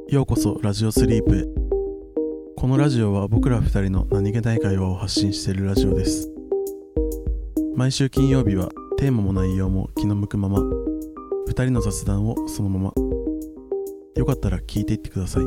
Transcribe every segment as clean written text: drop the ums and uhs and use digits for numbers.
ようこそラジオスリープへ。このラジオは僕ら二人の何気ない会話を発信しているラジオです。毎週金曜日はテーマも内容も気の向くまま、二人の雑談をそのまま。よかったら聞いていってください。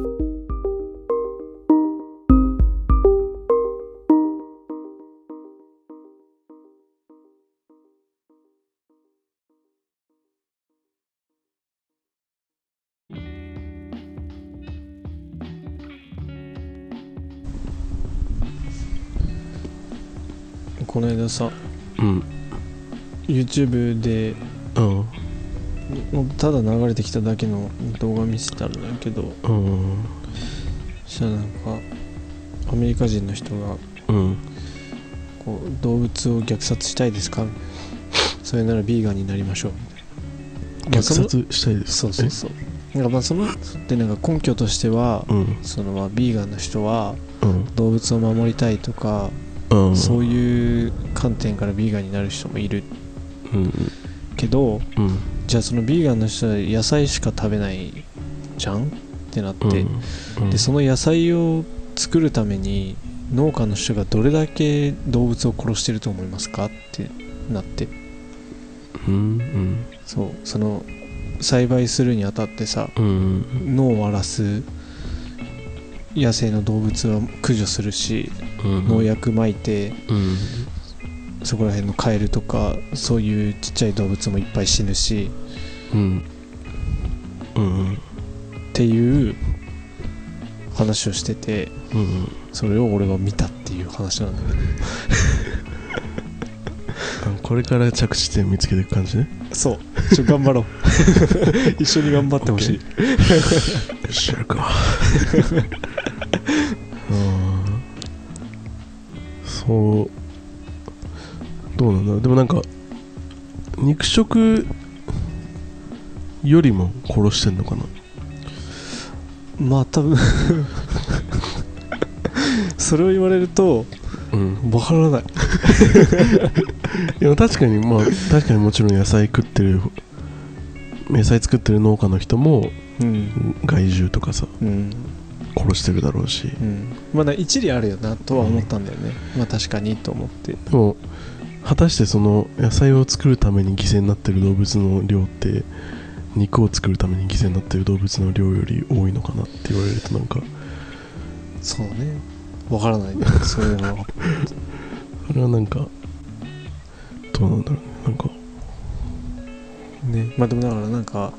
この間さ、YouTube で、もうただ流れてきただけの動画見せたんだけど、そしたらなんかアメリカ人の人が、こう動物を虐殺したいですか？それならビーガンになりましょうみたいな。 虐殺したいです。 そうなんかまあそのでなんか根拠としては、そのまあビーガンの人は動物を守りたいとか、そういう観点からビーガンになる人もいる、けど、じゃあそのビーガンの人は野菜しか食べないじゃんってなって、でその野菜を作るために農家の人がどれだけ動物を殺してると思いますかってなって、そうその栽培するにあたってさ、野を荒らす野生の動物は駆除するし、農薬撒いて、そこら辺のカエルとかそういうちっちゃい動物もいっぱい死ぬし、っていう話をしてて、それを俺は見たっていう話なんだけどこれから着地点見つけていく感じね。 そう、頑張ろう一緒に頑張ってほしい。 よしやるかそうどうなんだろう。でもなんか肉食よりも殺してんのかな。 まあ多分それを言われるとわからないでも確かに確かにもちろん野菜作ってる農家の人も、害獣とかさ、殺してるだろうし、 まだ一理あるよなとは思ったんだよね、まあ確かにと思って。 でも果たしてその野菜を作るために犠牲になってる動物の量って肉を作るために犠牲になってる動物の量より多いのかなって言われるとなんかそうね、わからないねそういうのはそれはなんかどうなんだろうね、なんかね。まあでもだからなんか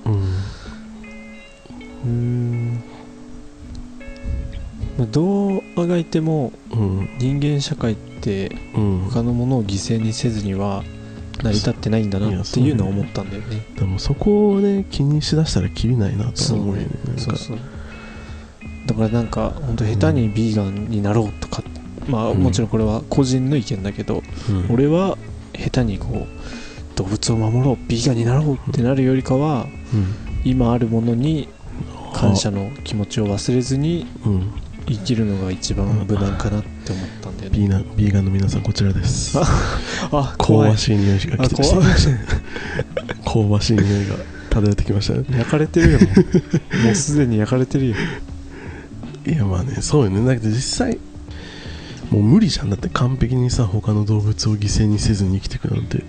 まあ、どうあがいても、人間社会って他のものを犠牲にせずには成り立ってないんだなっていうのは思ったんだよね。 でもそこをね気にしだしたらきりないなと思うよね。 そうだからなんか本当下手にビーガンになろうとか、まあもちろんこれは個人の意見だけど、俺は下手にこう動物を守ろうビーガンになろうってなるよりかは、今あるものに感謝の気持ちを忘れずに生きるのが一番無難かなって思ったんだよね。 ビーガンの皆さんこちらですあ香ばしい匂いが来て香ばしい匂いが漂ってきましたね。 焼かれてるよもうすでに焼かれてるよ。 いやまあね、そうよね。だけど実際もう無理じゃん。だって完璧にさ他の動物を犠牲にせずに生きていくなんて、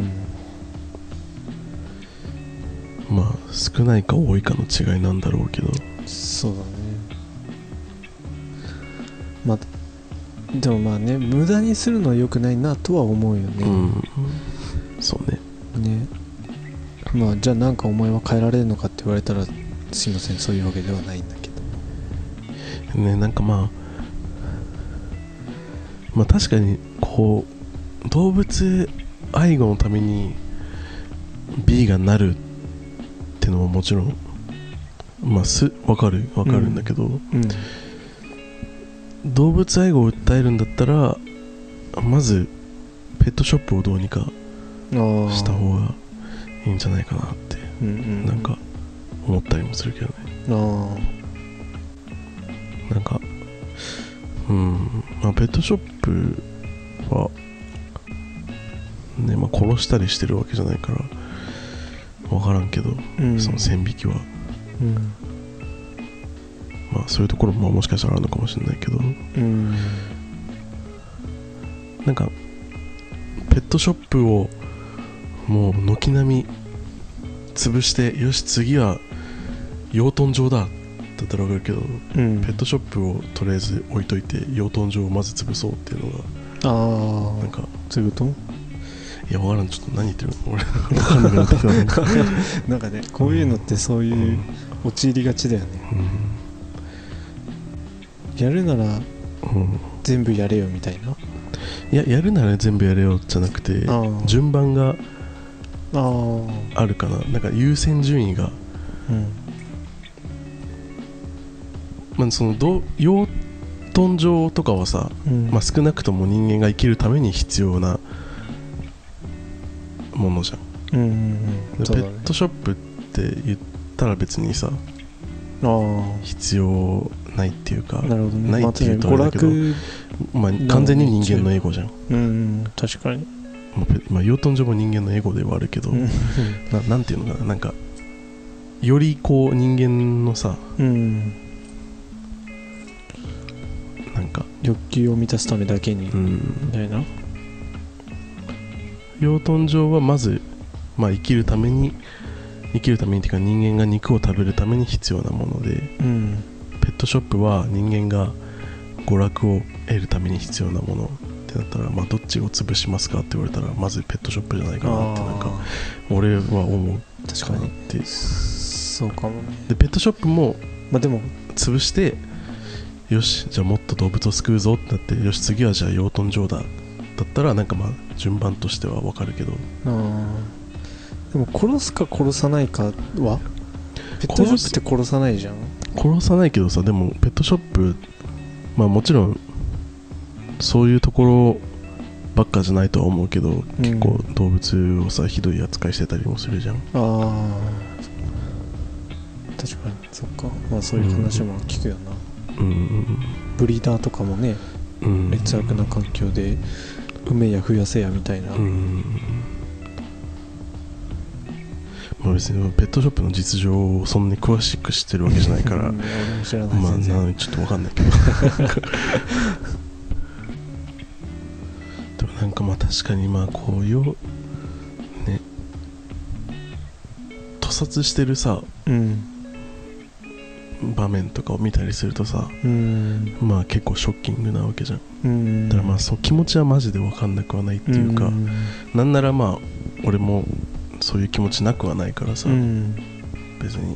まあ少ないか多いかの違いなんだろうけど。 そうだね。まあでもまあね、無駄にするのは良くないなとは思うよね。 そうね。 ね。まあじゃあなんかお前は変えられるのかって言われたらすいません、そういうわけではないんだけどね。なんかまあ確かにこう動物愛護のためにビーガンになるってのももちろんまあわかるんだけど、動物愛護を訴えるんだったらまずペットショップをどうにかした方がいいんじゃないかなって、なんか思ったりもするけどね。なんかまあ、ペットショップはね、まあ、殺したりしてるわけじゃないから分からんけど、その線引きは、 まあそういうところももしかしたらあるのかもしれないけど、なんかペットショップをもう軒並み潰して、よし次は養豚場だだったら分かるけど、ペットショップをとりあえず置いといて養豚場をまず潰そうっていうのが、なんかそういうこと？ いや分からん、ちょっと何言ってるの俺分かんなくなってきたなんかね、こういうのってそういう陥りがちだよね、やるなら全部やれよみたいな。 いや、やるなら全部やれよじゃなくて、順番があるかな。なんか優先順位が、まあその養豚場とかはさ、まあ少なくとも人間が生きるために必要なものじゃん。ペットショップって言ったら別にさ、必要ないっていうか、ないっていうとあれだけど、まあ完全に人間のエゴじゃん。 確かに。 まあ養豚場も人間のエゴではあるけど、なんていうのかな、なんかよりこう人間のさ、なんか欲求を満たすためだけにみたいな。 養豚場はまず、まあ、生きるためにっていうか人間が肉を食べるために必要なもので、ペットショップは人間が娯楽を得るために必要なものってなったら、まあ、どっちを潰しますかって言われたらまずペットショップじゃないかなってなんか俺は思う。 確かにってそうかもね。 でペットショップも、 まあ、でも潰してよしじゃあもっと動物を救うぞってなって、よし次はじゃあ養豚場だったらなんかまあ順番としては分かるけど、 でも殺すか殺さないかはペットショップって殺さないじゃん。 殺さないけどさ、でもペットショップ、まあもちろんそういうところばっかじゃないとは思うけど、結構動物をさひどい扱いしてたりもするじゃん。 確かにそっか。まあそういう話も聞くよな。ブリーダーとかもね、劣悪な環境で埋めや増やせやみたいな。 まあ、別にペットショップの実情をそんなに詳しく知ってるわけじゃないから、 俺も知らない。 まあちょっと分かんないけどでもなんかまあ確かにまあこういうね屠殺してるさ、場面とかを見たりするとさ、まあ結構ショッキングなわけじゃん。だからまあその気持ちはマジで分かんなくはないっていうか、なんならまあ俺もそういう気持ちなくはないからさ、別に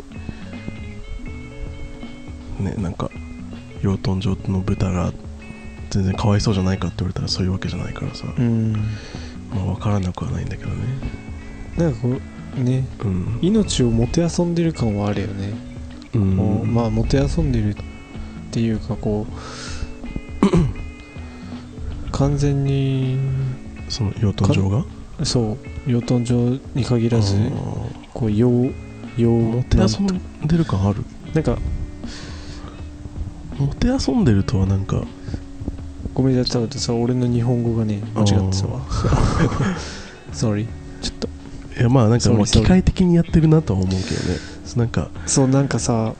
ね、なんか養豚場の豚が全然かわいそうじゃないかって言われたらそういうわけじゃないからさ、まあ分からなくはないんだけどね。 なんかこうね、命をもてあそんでる感はあるよね。まあもてあそんでるっていうかこう完全にその養豚場がそう養豚場に限らずこうもてあそんでる感ある。 なんかもてあそんでるとはなんかごめんなさいさ、俺の日本語がね間違ってたわsorry ちょっと。 いやまあなんかもう機械的にやってるなとは思うけどね。なんかそうなんかさ、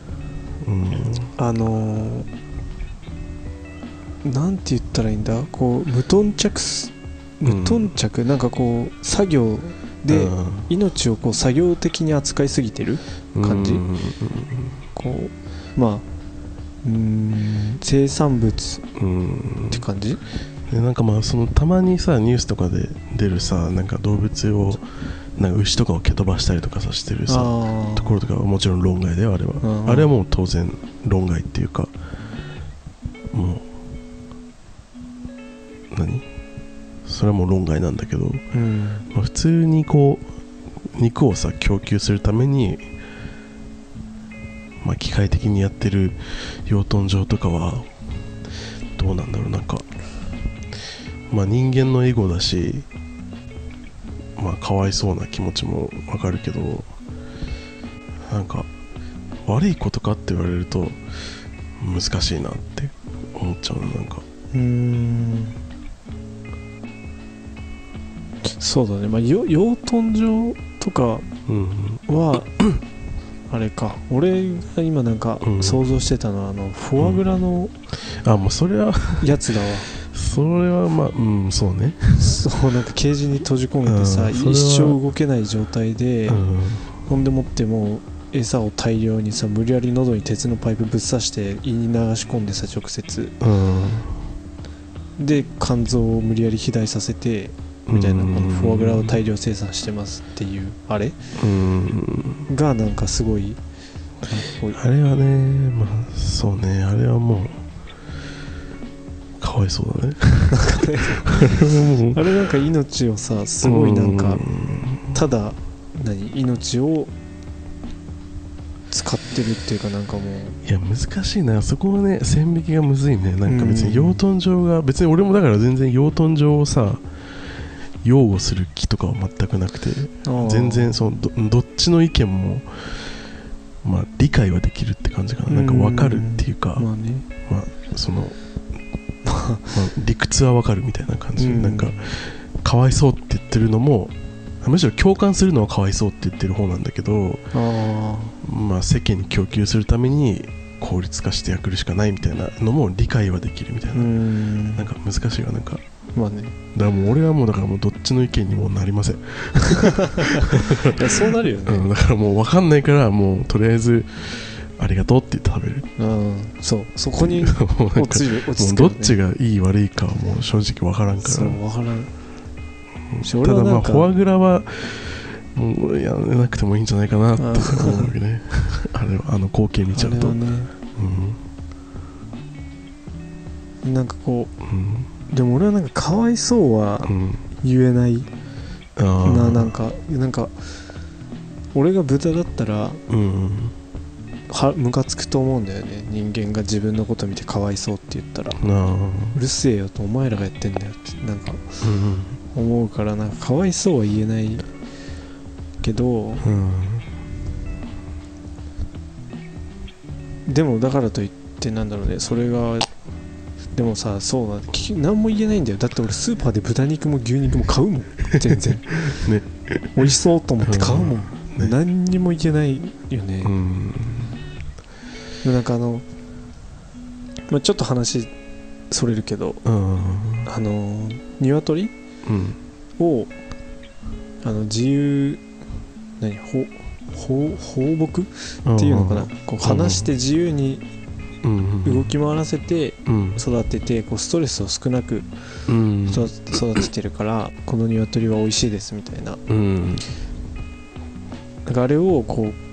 なんて言ったらいいんだ、こう無頓着なんかこう作業で命をこう作業的に扱いすぎてる感じ。こうまあ生産物って感じ。 なんかまあそのたまにさニュースとかで出るさ、なんか動物をなんか牛とかを蹴飛ばしたりとかさしてるさところとかはもちろん論外だよあれは。あれはもう当然論外っていうか、もうそれはもう論外なんだけど、まあ、普通にこう肉をさ供給するために、まあ、機械的にやってる養豚場とかはどうなんだろう。なんかまあ人間のエゴだし、まあかわいそうな気持ちもわかるけど、なんか悪いことかって言われると難しいなって思っちゃうの。なんかそうだね。まあ養豚場とかは、 あれか、俺が今なんか想像してたのは、フォアグラのもうそれはやつだわそれはまあそうね、 そうなんかケージに閉じ込めてさ、一生動けない状態で、ほんでもってもう餌を大量にさ、無理やり喉に鉄のパイプぶっ刺して胃に流し込んでさ、直接、で肝臓を無理やり肥大させてみたいな、このフォアグラを大量生産してますっていうあれがなんかすごい、 あれはね、まあそうね、あれはもうかわいそうだねあれなんか命をさ、すごいなんかただ命を使ってるっていうか、なんかもういや難しいな、そこはね、線引きがむずいね。なんか別に養豚場が、別に俺もだから全然養豚場をさ擁護する気とかは全くなくて、全然その どっちの意見もまあ理解はできるって感じかな。なんか分かるっていうか、まあね、まあそのまあ理屈は分かるみたいな感じ、なんかかわいそうって言ってるのも、むしろ共感するのはかわいそうって言ってる方なんだけど、まあ世間に供給するために効率化してやくるしかないみたいなのも理解はできるみたいな、なんか難しいわ。なんかまあね、 だからもう俺はもうだからもうどっちの意見にもなりませんいやそうなるよね、 だからもう分かんないから、もうとりあえずありがとうって言って食べる。 そうそこに落ち着くよね、 もうどっちがいい悪いかはもう正直分からんから。 そう分からん。 ただまあフォアグラはもうやめなくてもいいんじゃないかなって思うわけねあれは光景見ちゃうと、ね、 なんかこう、でも俺はなんかかわいそうは言えない、なんか俺が豚だったら、ムカつくと思うんだよね。人間が自分のこと見てかわいそうって言ったら、うるせえよと、お前らがやってんだよってなんか思うから、なんかかわいそうは言えないけど、でもだからといってなんだろうね、それがでもさ、そうな、何も言えないんだよ。だって俺スーパーで豚肉も牛肉も買うもん全然ね、美味しそうと思って買うもん、何にも言えないよね。なんかまあ、ちょっと話それるけど、鶏を自由放牧っていうのかな、こう離して自由に動き回らせて育てて、こうストレスを少なく育ててるから、この鶏は美味しいですみたいな、なんかあれをこう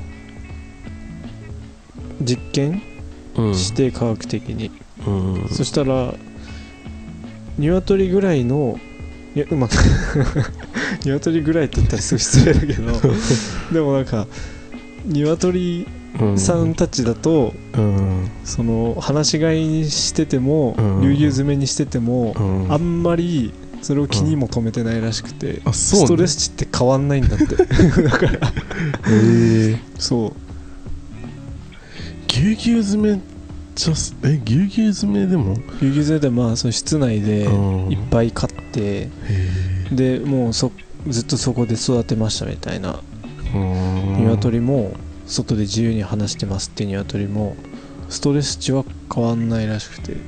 実験して科学的に、そしたら鶏ぐらいの、いや鶏ぐらいって言ったらすごい失礼だけどでもなんか鶏さんたちだと、その放し飼いにしてても、乳牛詰めにしてても、あんまりそれを気にも留めてないらしくて、ストレス値って変わんないんだってだからそう牛牛詰め牛牛詰めでも牛牛詰めで、まあその室内でいっぱい飼って、でもうずっとそこで育てましたみたいな鶏も、外で自由に放してますっていう鶏もストレス値は変わんないらしくて、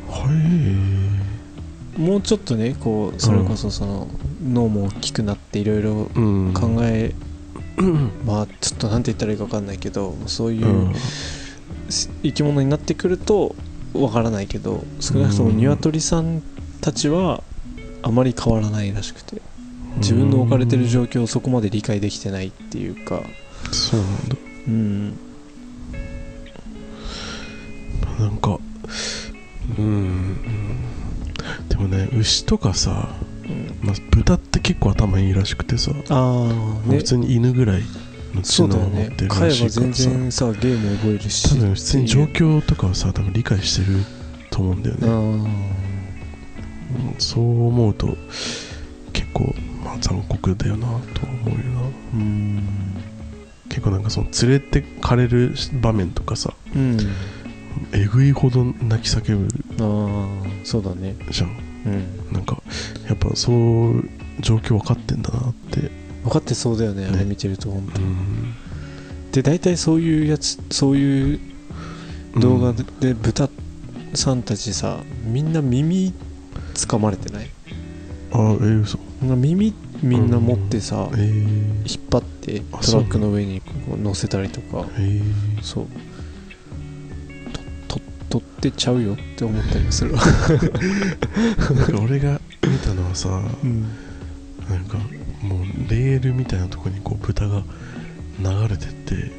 もうちょっとね、こうそれこそその脳も大きくなっていろいろ考え、まあちょっとなんて言ったらいいか分かんないけど、そういう生き物になってくると分からないけど、少なくとも鶏さんたちはあまり変わらないらしくて、自分の置かれてる状況をそこまで理解できてないっていうか。 そうなんだ。なんかでもね、牛とかさ、まあ、豚って結構頭いいらしくてさ、普通に犬ぐらいの知能を持ってるらしいからさ、 飼えば全然さゲーム覚えるし、 多分普通に状況とかはさ、多分理解してると思うんだよね。そう思うと結構、まあ、残酷だよなと思うよな。結構なんかその連れてかれる場面とかさ、えぐいほど泣き叫ぶ。 そうだねじゃん、なんかやっぱそう状況分かってんだなって。 分かってそうだよね、あれ見てると本当に。 で大体そういうやつ、そういう動画で豚さんたちさ、みんな耳掴まれてない？ 嘘。 耳みんな持ってさ、引っ張ってトラックの上に乗せたりとか、そう取ってちゃうよって思ったりするわ。 なんか俺が見たのはさ、なんかもうレールみたいなところにこう豚が流れてって、で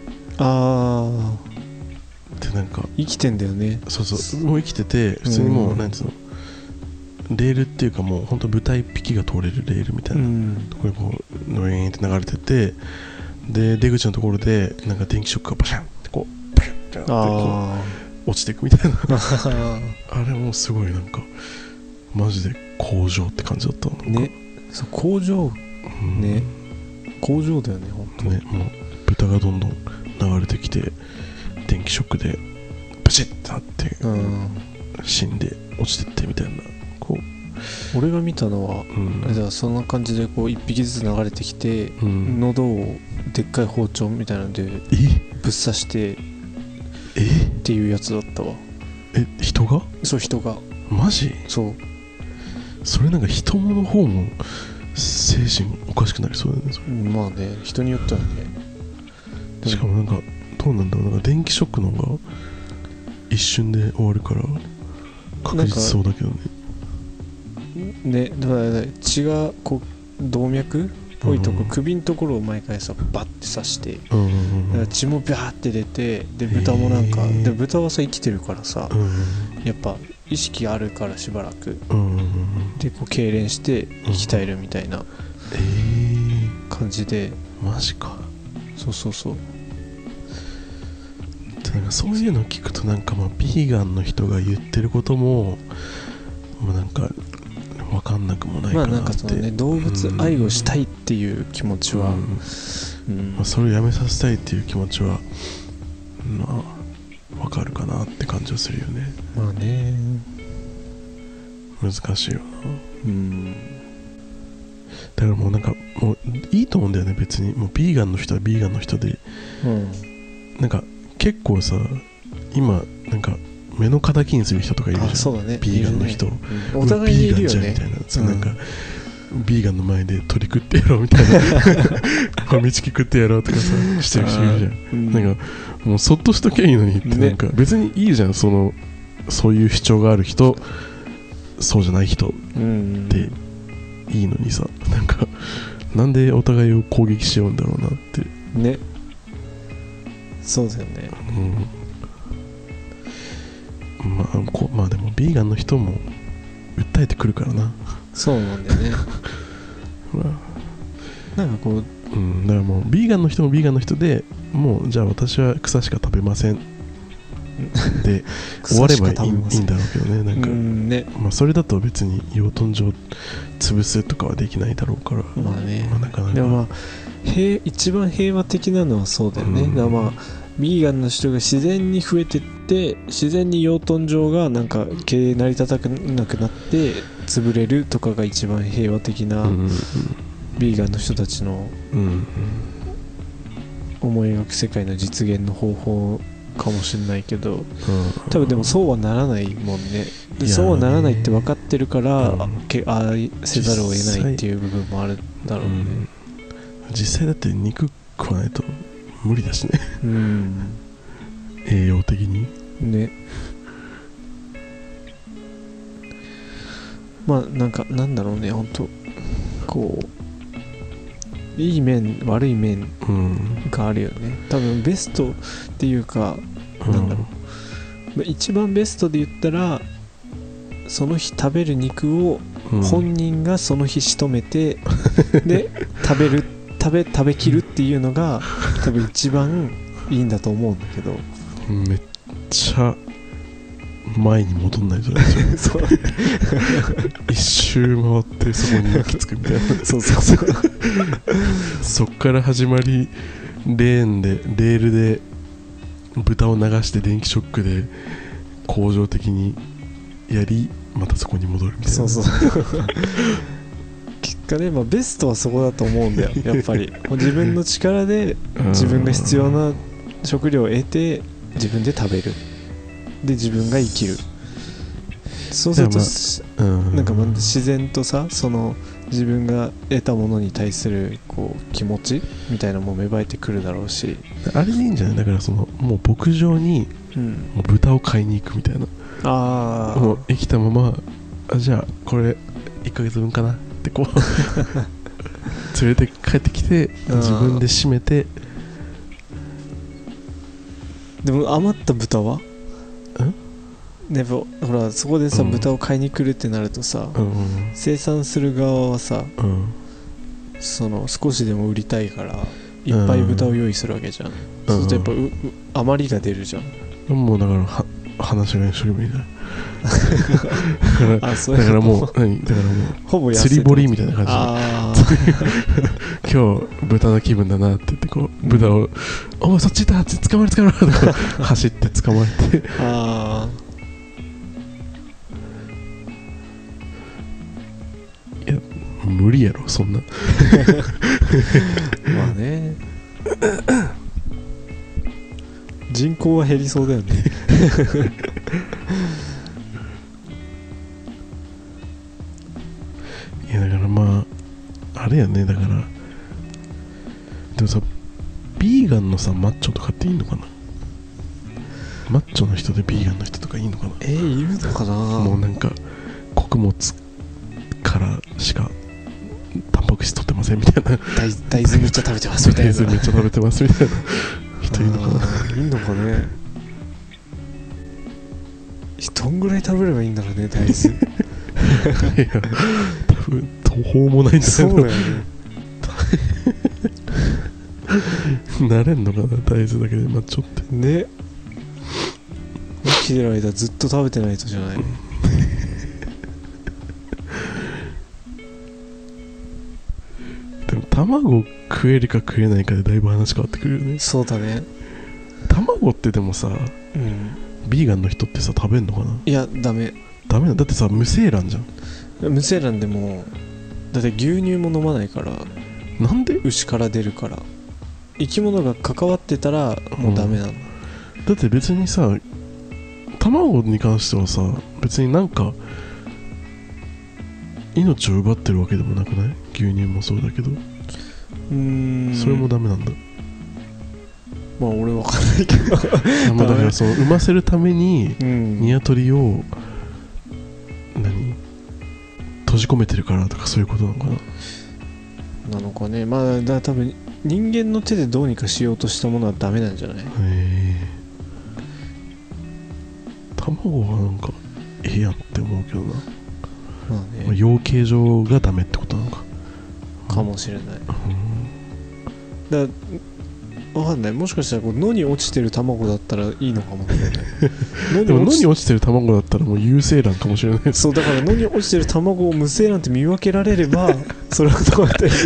なんか生きてんだよね。 そうもう生きてて、普通にもうなんつうの、レールっていうかもうほんと豚一匹が通れるレールみたいなところにこうノイーンって流れてて、で出口のところでなんか電気ショックがバシャンってこうバシャンってこう落ちていくみたいな。あれもすごいなんかマジで工場って感じだったね。そう工場、ね、工場だよね本当ね。もう豚がどんどん流れてきて電気ショックでバシッてなって、死んで落ちてってみたいな。こう俺が見たのは、あれだ、そんな感じでこう一匹ずつ流れてきて、喉をでっかい包丁みたいなのでぶっ刺してっていうやつだったわ。 人が？ そう、人が。 マジ？ そう。 それなんか人の方も精神おかしくなりそうだよね、それ。 まあね、人によってはね。 しかもなんかどうなんだろう、なんか電気ショックの方が一瞬で終わるから確実そうだけどね。 ね、だから血がこう動脈っぽいとこ、首のところを毎回さバッて刺して、だから血もビャーって出て、で豚もなんか、で豚はさ生きてるからさ、やっぱ意識あるからしばらく、でこう痙攣して生き絶えるみたいな感じで。 マジか。 そうなんかそういうの聞くとなんかまあビーガンの人が言ってることもまあなんか分かんなくもないかなって。 まあなんかそのね、動物愛をしたいっていう気持ちは、 まあ、それをやめさせたいっていう気持ちはまあ分かるかなって感じはするよね。 まあね、 難しいよな。だからもうなんかもういいと思うんだよね、別に。もうビーガンの人はビーガンの人で、なんか結構さ今なんか目の敵にする人とかいるじゃん。 そうだね、 ビーガンの人、 お互いにいるよね。 ビーガンじゃんみたいな、なんかビーガンの前で鳥食ってやろうみたいなファミチキ食ってやろうとかさしてる人いるじゃん。なんかもうそっとしときゃいいのにって、なんか別にいいじゃん、そういう主張がある人、そうじゃない人っていいのにさ、なんでお互いを攻撃しようんだろうなってね。そうだよね。 まあでもビーガンの人も訴えてくるからな。 そうなんだよね。なんかこう、 だからもうビーガンの人もビーガンの人で、もうじゃあ私は草しか食べませんで終わればいいんだろうけどね。なんかね、 まあそれだと別に養豚場潰すとかはできないだろうから。 まあね。 なかなかでもまあ一番平和的なのはそうだよね。だからまあビーガンの人が自然に増えてって、自然に養豚場がなんか経営成り立たなくなって潰れるとかが一番平和的なビーガンの人たちの思い描く世界の実現の方法かもしれないけど、多分でもそうはならないもんね。そうはならないって分かってるから、ああせざるを得ないっていう部分もあるだろうね。 実際だって肉食わないと無理だしね。栄養的にね。まあなんだろうね、本当こういい面悪い面があるよね。多分ベストっていうか、なんだろう、一番ベストで言ったら、その日食べる肉を本人がその日仕留めて、で食べきるっていうのが多分一番いいんだと思うんだけど、 めっちゃ前に戻んないとね。 そう一周回ってそこに行き着くみたいな。 そうそっから始まり、レールで豚を流して電気ショックで恒常的にやり、またそこに戻るみたいな。 そうがね、まあ、ベストはそこだと思うんだよやっぱり自分の力で自分が必要な食料を得て自分で食べるで自分が生きる。そうすると、なんか自然とさ、その自分が得たものに対するこう気持ちみたいなのも芽生えてくるだろうし、 あれでいいんじゃない？だからそのもう牧場にもう豚を買いに行くみたいな、もう生きたままじゃあこれ1ヶ月分かなってこう連れて帰ってきて自分で締めて。 でも余った豚はね、ほらそこでさ、豚を買いに来るってなるとさ、生産する側はさ、その少しでも売りたいからいっぱい豚を用意するわけじゃん。そうするとやっぱ余りが出るじゃん。 もうだから話が一生懸命だからもうほぼ釣り堀みたいな感じで今日豚の気分だなって言ってこう豚をおいそっちだって捕まれとか走って捕まえていや無理やろそんなまあね人口は減りそうだよねいやだからまああれやね。だからでもさビーガンのさマッチョとかっていいのかな。マッチョの人でビーガンの人とかいいのかな。 いるのかな。 もうなんか穀物からしかタンパク質取ってませんみたいな大豆めっちゃ食べてますみたいな大豆めっちゃ食べてますみたいな人いるのかな。 いいのかね。どんぐらい食べればいいんだろうね大豆いや多分途方もないんだそうだよねなれんのかな大豆だけでマッチョってね。生きてる間ずっと食べてないとじゃないでも卵食えるか食えないかでだいぶ話変わってくるよね。 そうだね。 卵ってでもさ、ビーガンの人ってさ食べんのかな。 いやダメだってさ無精卵じゃん。 無精卵でもだって牛乳も飲まないから。 なんで？ 牛から出るから生き物が関わってたらもうダメなの、 だって別にさ卵に関してはさ別になんか命を奪ってるわけでもなくない？牛乳もそうだけどそれもダメなんだ。 まあ俺わかんないけどまあだからその産ませるために鶏を閉じ込めてるからとかそういうことなのかな。 なのかね。まあだ多分人間の手でどうにかしようとしたものはダメなんじゃない？ 卵はなんかやんって思うけどな。 まあね、 養鶏場がダメってことなのかかもしれない、だわかんない。もしかしたらこう野に落ちてる卵だったらいいのかもしれないでも野に落ちてる卵だったらもう有精卵かもしれない。 そうだから野に落ちてる卵を無精卵って見分けられればそれはどうやって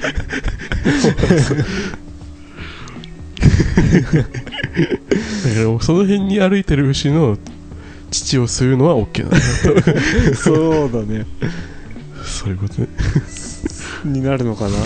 だからその辺に歩いてる牛の乳を吸うのは OK なんだそうだねそういうことねになるのかな。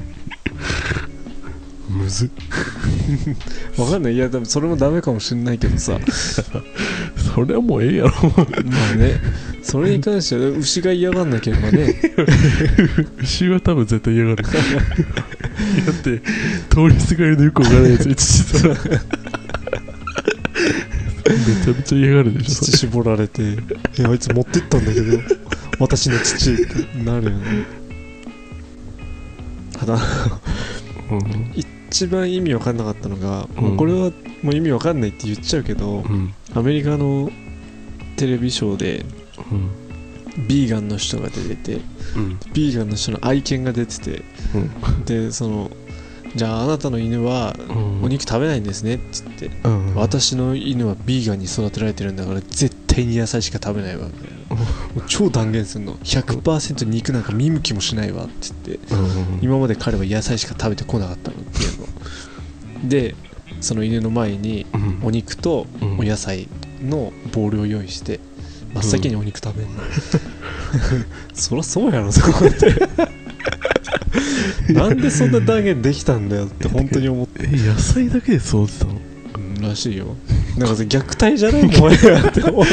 むずわかんない。いやでもそれもダメかもしんないけどさそれはもうええやろまあねそれに関しては牛が嫌がんなければね牛は多分絶対嫌がるだって通りすがりのよくわからないやつに乳したらめちゃめちゃ嫌がるでしょ。 乳絞られていやあいつ持ってったんだけど私の乳ってなるよね。ただ一番意味わかんなかったのが、もうこれはもう意味わかんないって言っちゃうけど、アメリカのテレビショーで、ビーガンの人が出てて、ビーガンの人の愛犬が出てて、でそのじゃああなたの犬はお肉食べないんですねって言って、私の犬はビーガンに育てられてるんだから絶対に野菜しか食べないわみたいな超断言するの。 100% 肉なんか見向きもしないわって言って、今まで彼は野菜しか食べてこなかったのっていうので、その犬の前にお肉とお野菜のボウルを用意して真っ先にお肉食べるの、そりゃそうやろと思ってなんでそんな断言できたんだよって本当に思って。 野菜だけで育てたの？ らしいよ。なんか虐待じゃないお前らって思う。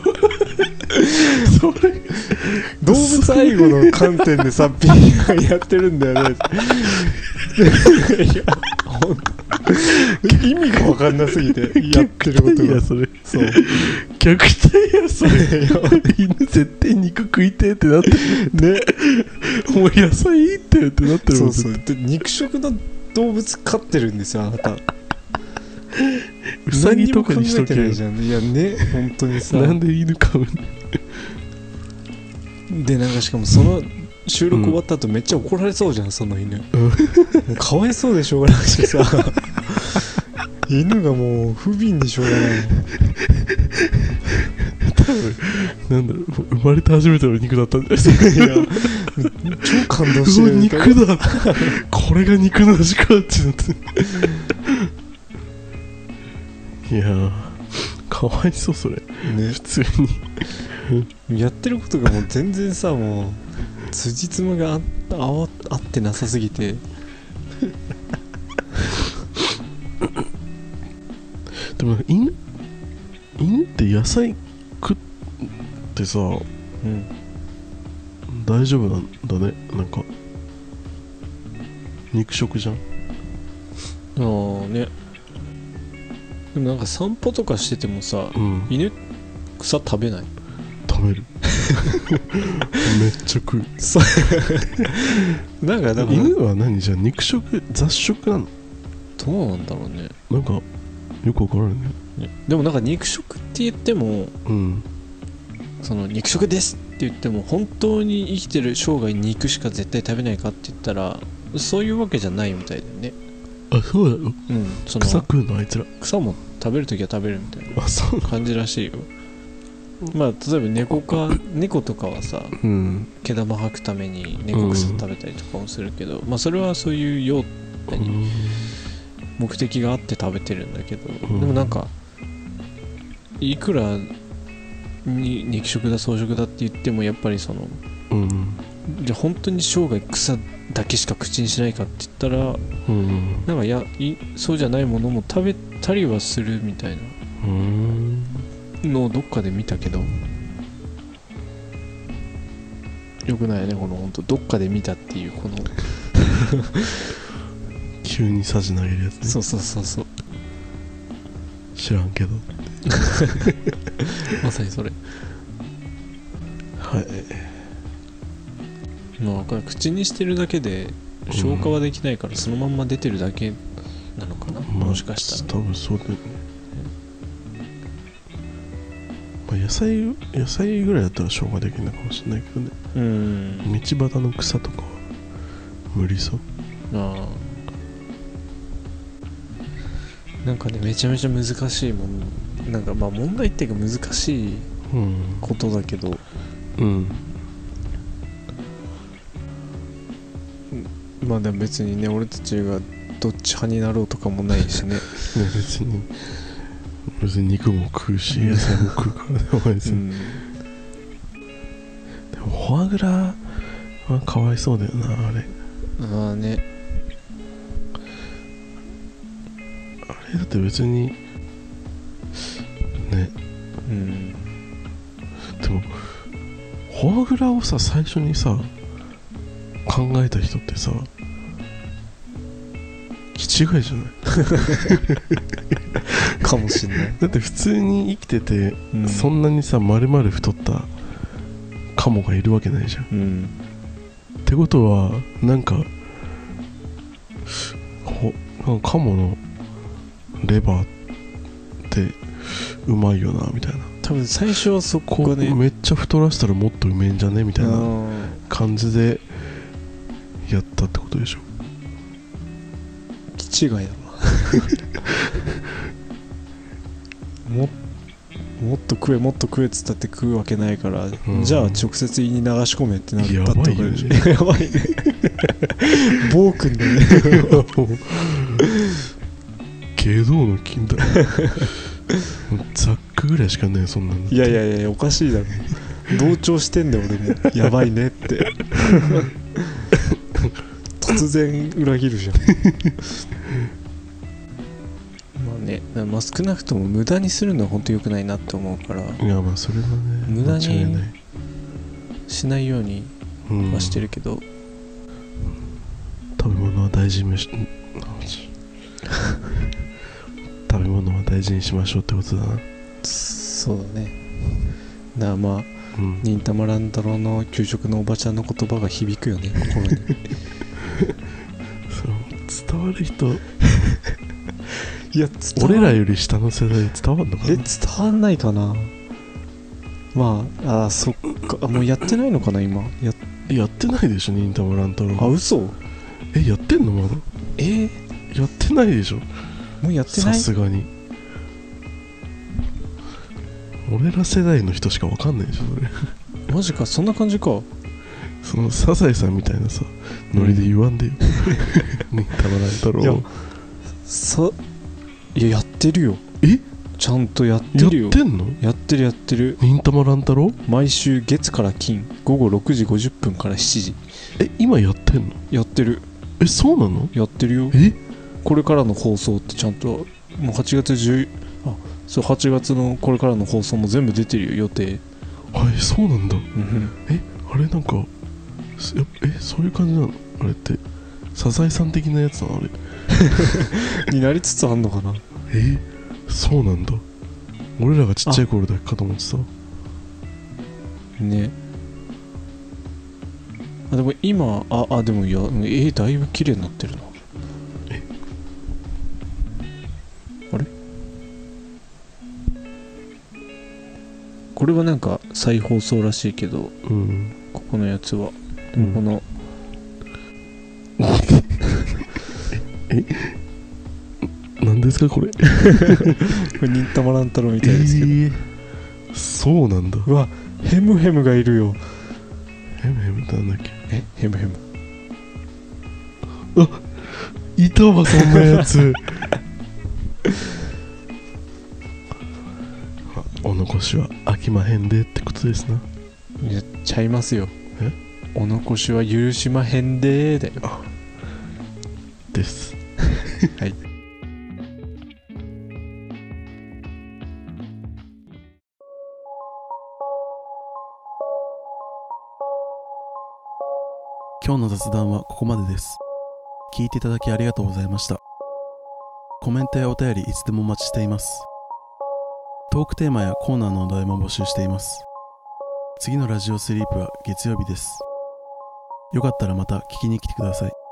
それ動物愛護の観点でさビーガンやってるんだよね。いや本当意味が分かんなすぎてやってることが。 それそう虐待やそれ。犬絶対肉食いてえってなってるね。もう野菜いいってなってるもん。 そうで肉食の動物飼ってるんですよあなた。 ウサギとかにしとけよ。 いやね本当にさ。 なんで犬飼うの？ でなんかしかもその収録終わった後めっちゃ怒られそうじゃんその犬。もうかわいそうでしょうがなくてさ。犬がもう不憫でしょうがない。 多分なんだろう生まれて初めての肉だったんじゃないですか。いや超感動してる。 肉だ。これが肉の味かってなって。いやーかわいそうそれ、ね、普通にやってることがもう全然さもう辻褄が合ってなさすぎて。 でも犬って野菜食ってさ、大丈夫なんだね。なんか肉食じゃん。 ああね。でもなんか散歩とかしててもさ、犬草食べない？ 食べる。めっちゃ食う。 なんか犬は何じゃあ肉食雑食なの？ どうなんだろうね。 なんかよくわからんね。 でもなんか肉食って言っても、その肉食ですって言っても本当に生きてる生涯肉しか絶対食べないかって言ったらそういうわけじゃないみたいだよね。 あ、そうだよ。 その草食うのあいつら。 草も食べるときは食べるみたいな感じらしいよ。まあ例えば猫とかはさ、毛玉吐くために猫草食べたりとかもするけど、まあそれはそういう目的があって食べてるんだけど、でもなんかいくらに肉食だ草食だって言ってもやっぱりその、じゃあ本当に生涯草だけしか口にしないかって言ったら、なんかそうじゃないものも食べたりはするみたいなのをどっかで見たけど、よくないよねこの本当どっかで見たっていうこの急にサジ投げるやつね。 そう知らんけどまさにそれ。 はい。 まあこれ口にしてるだけで消化はできないからそのまんま出てるだけなのかな、もしかしたら。 多分そうだよね。まあ、野菜ぐらいだったら消化できるのかもしれないけどね。道端の草とかは無理そう。 なんかねめちゃめちゃ難しいもん。なんかまあ問題っていうか難しいことだけど、まあでも別にね俺たちがどっち派になろうとかもないしね。 別に肉も食うし野菜も食うからねお前ですね。でもフォアグラはかわいそうだよなあれ。 ああね。 あれだって別にね。でもフォアグラをさ最初にさ考えた人ってさ気違いじゃないかもしんない。 だって普通に生きてて、そんなにさ丸々太ったカモがいるわけないじゃん、ってことはなんかカモのレバーってうまいよなみたいな。 多分最初はそこねめっちゃ太らせたらもっとうめえんじゃねみたいな感じでやったってことでしょ。 気違いだわもっと食えっつったって食うわけないから、じゃあ直接胃に流し込めってなったってことでしょ。やばいね暴君だね下道の金だザックぐらいしかねえそんなの。 いやおかしいだろ同調してんだよ俺もやばいねって突然裏切るじゃんまあね、まあ、少なくとも無駄にするのは本当良くないなって思うから、 いやまあそれはね無駄にしないようにはしてるけど、 食べ物は大事にし食べ物は大事にしましょうってことだな。 そうだね。だからまあ、忍たま乱太郎の給食のおばちゃんの言葉が響くよね、心にそう伝わる人いや俺らより下の世代伝わんのかな。 伝わんないかな。まあそっか、もうやってないのかな今。 やってないでしょ忍たま乱太郎。 あ、嘘。 やってんのまだ。やってないでしょ。 もうやってない。 さすがに俺ら世代の人しかわかんないでしょそれマジか、そんな感じか。 そのサザエさんみたいなさノリで言わんでよ忍たま乱太郎。 いややってるよ。ちゃんとやってるよ。 やってんの。 やってる忍たま乱太郎毎週月から金午後6時50分から7時。 今やってんの。 やってる。 そうなの。 やってるよ。これからの放送ってちゃんともう8月のこれからの放送も全部出てるよ、予定。 そうなんだ。あれなんかそういう感じなのあれって。サザエさん的なやつなのあれになりつつあんのかな。 そうなんだ。俺らがちっちゃい頃だけかと思ってたね。でも今でもいやだいぶ綺麗になってるな。あれこれはなんか再放送らしいけど、ここのやつはでもこの何ですかこれこれ忍たま乱太郎みたいですけど、 そうなんだ。 うわ、ヘムヘムがいるよ。 ヘムヘムってなんだっけ。 ヘムヘム。 いたわそんなやつお残しは飽きまへんでってことですな。 やっちゃいますよ。お残しは許しまへんでーだよ。 ですはい今日の雑談はここまでです。聞いていただきありがとうございました。コメントやお便りいつでもお待ちしています。トークテーマやコーナーのお題も募集しています。次のラジオスリープは月曜日です。よかったらまた聞きに来てください。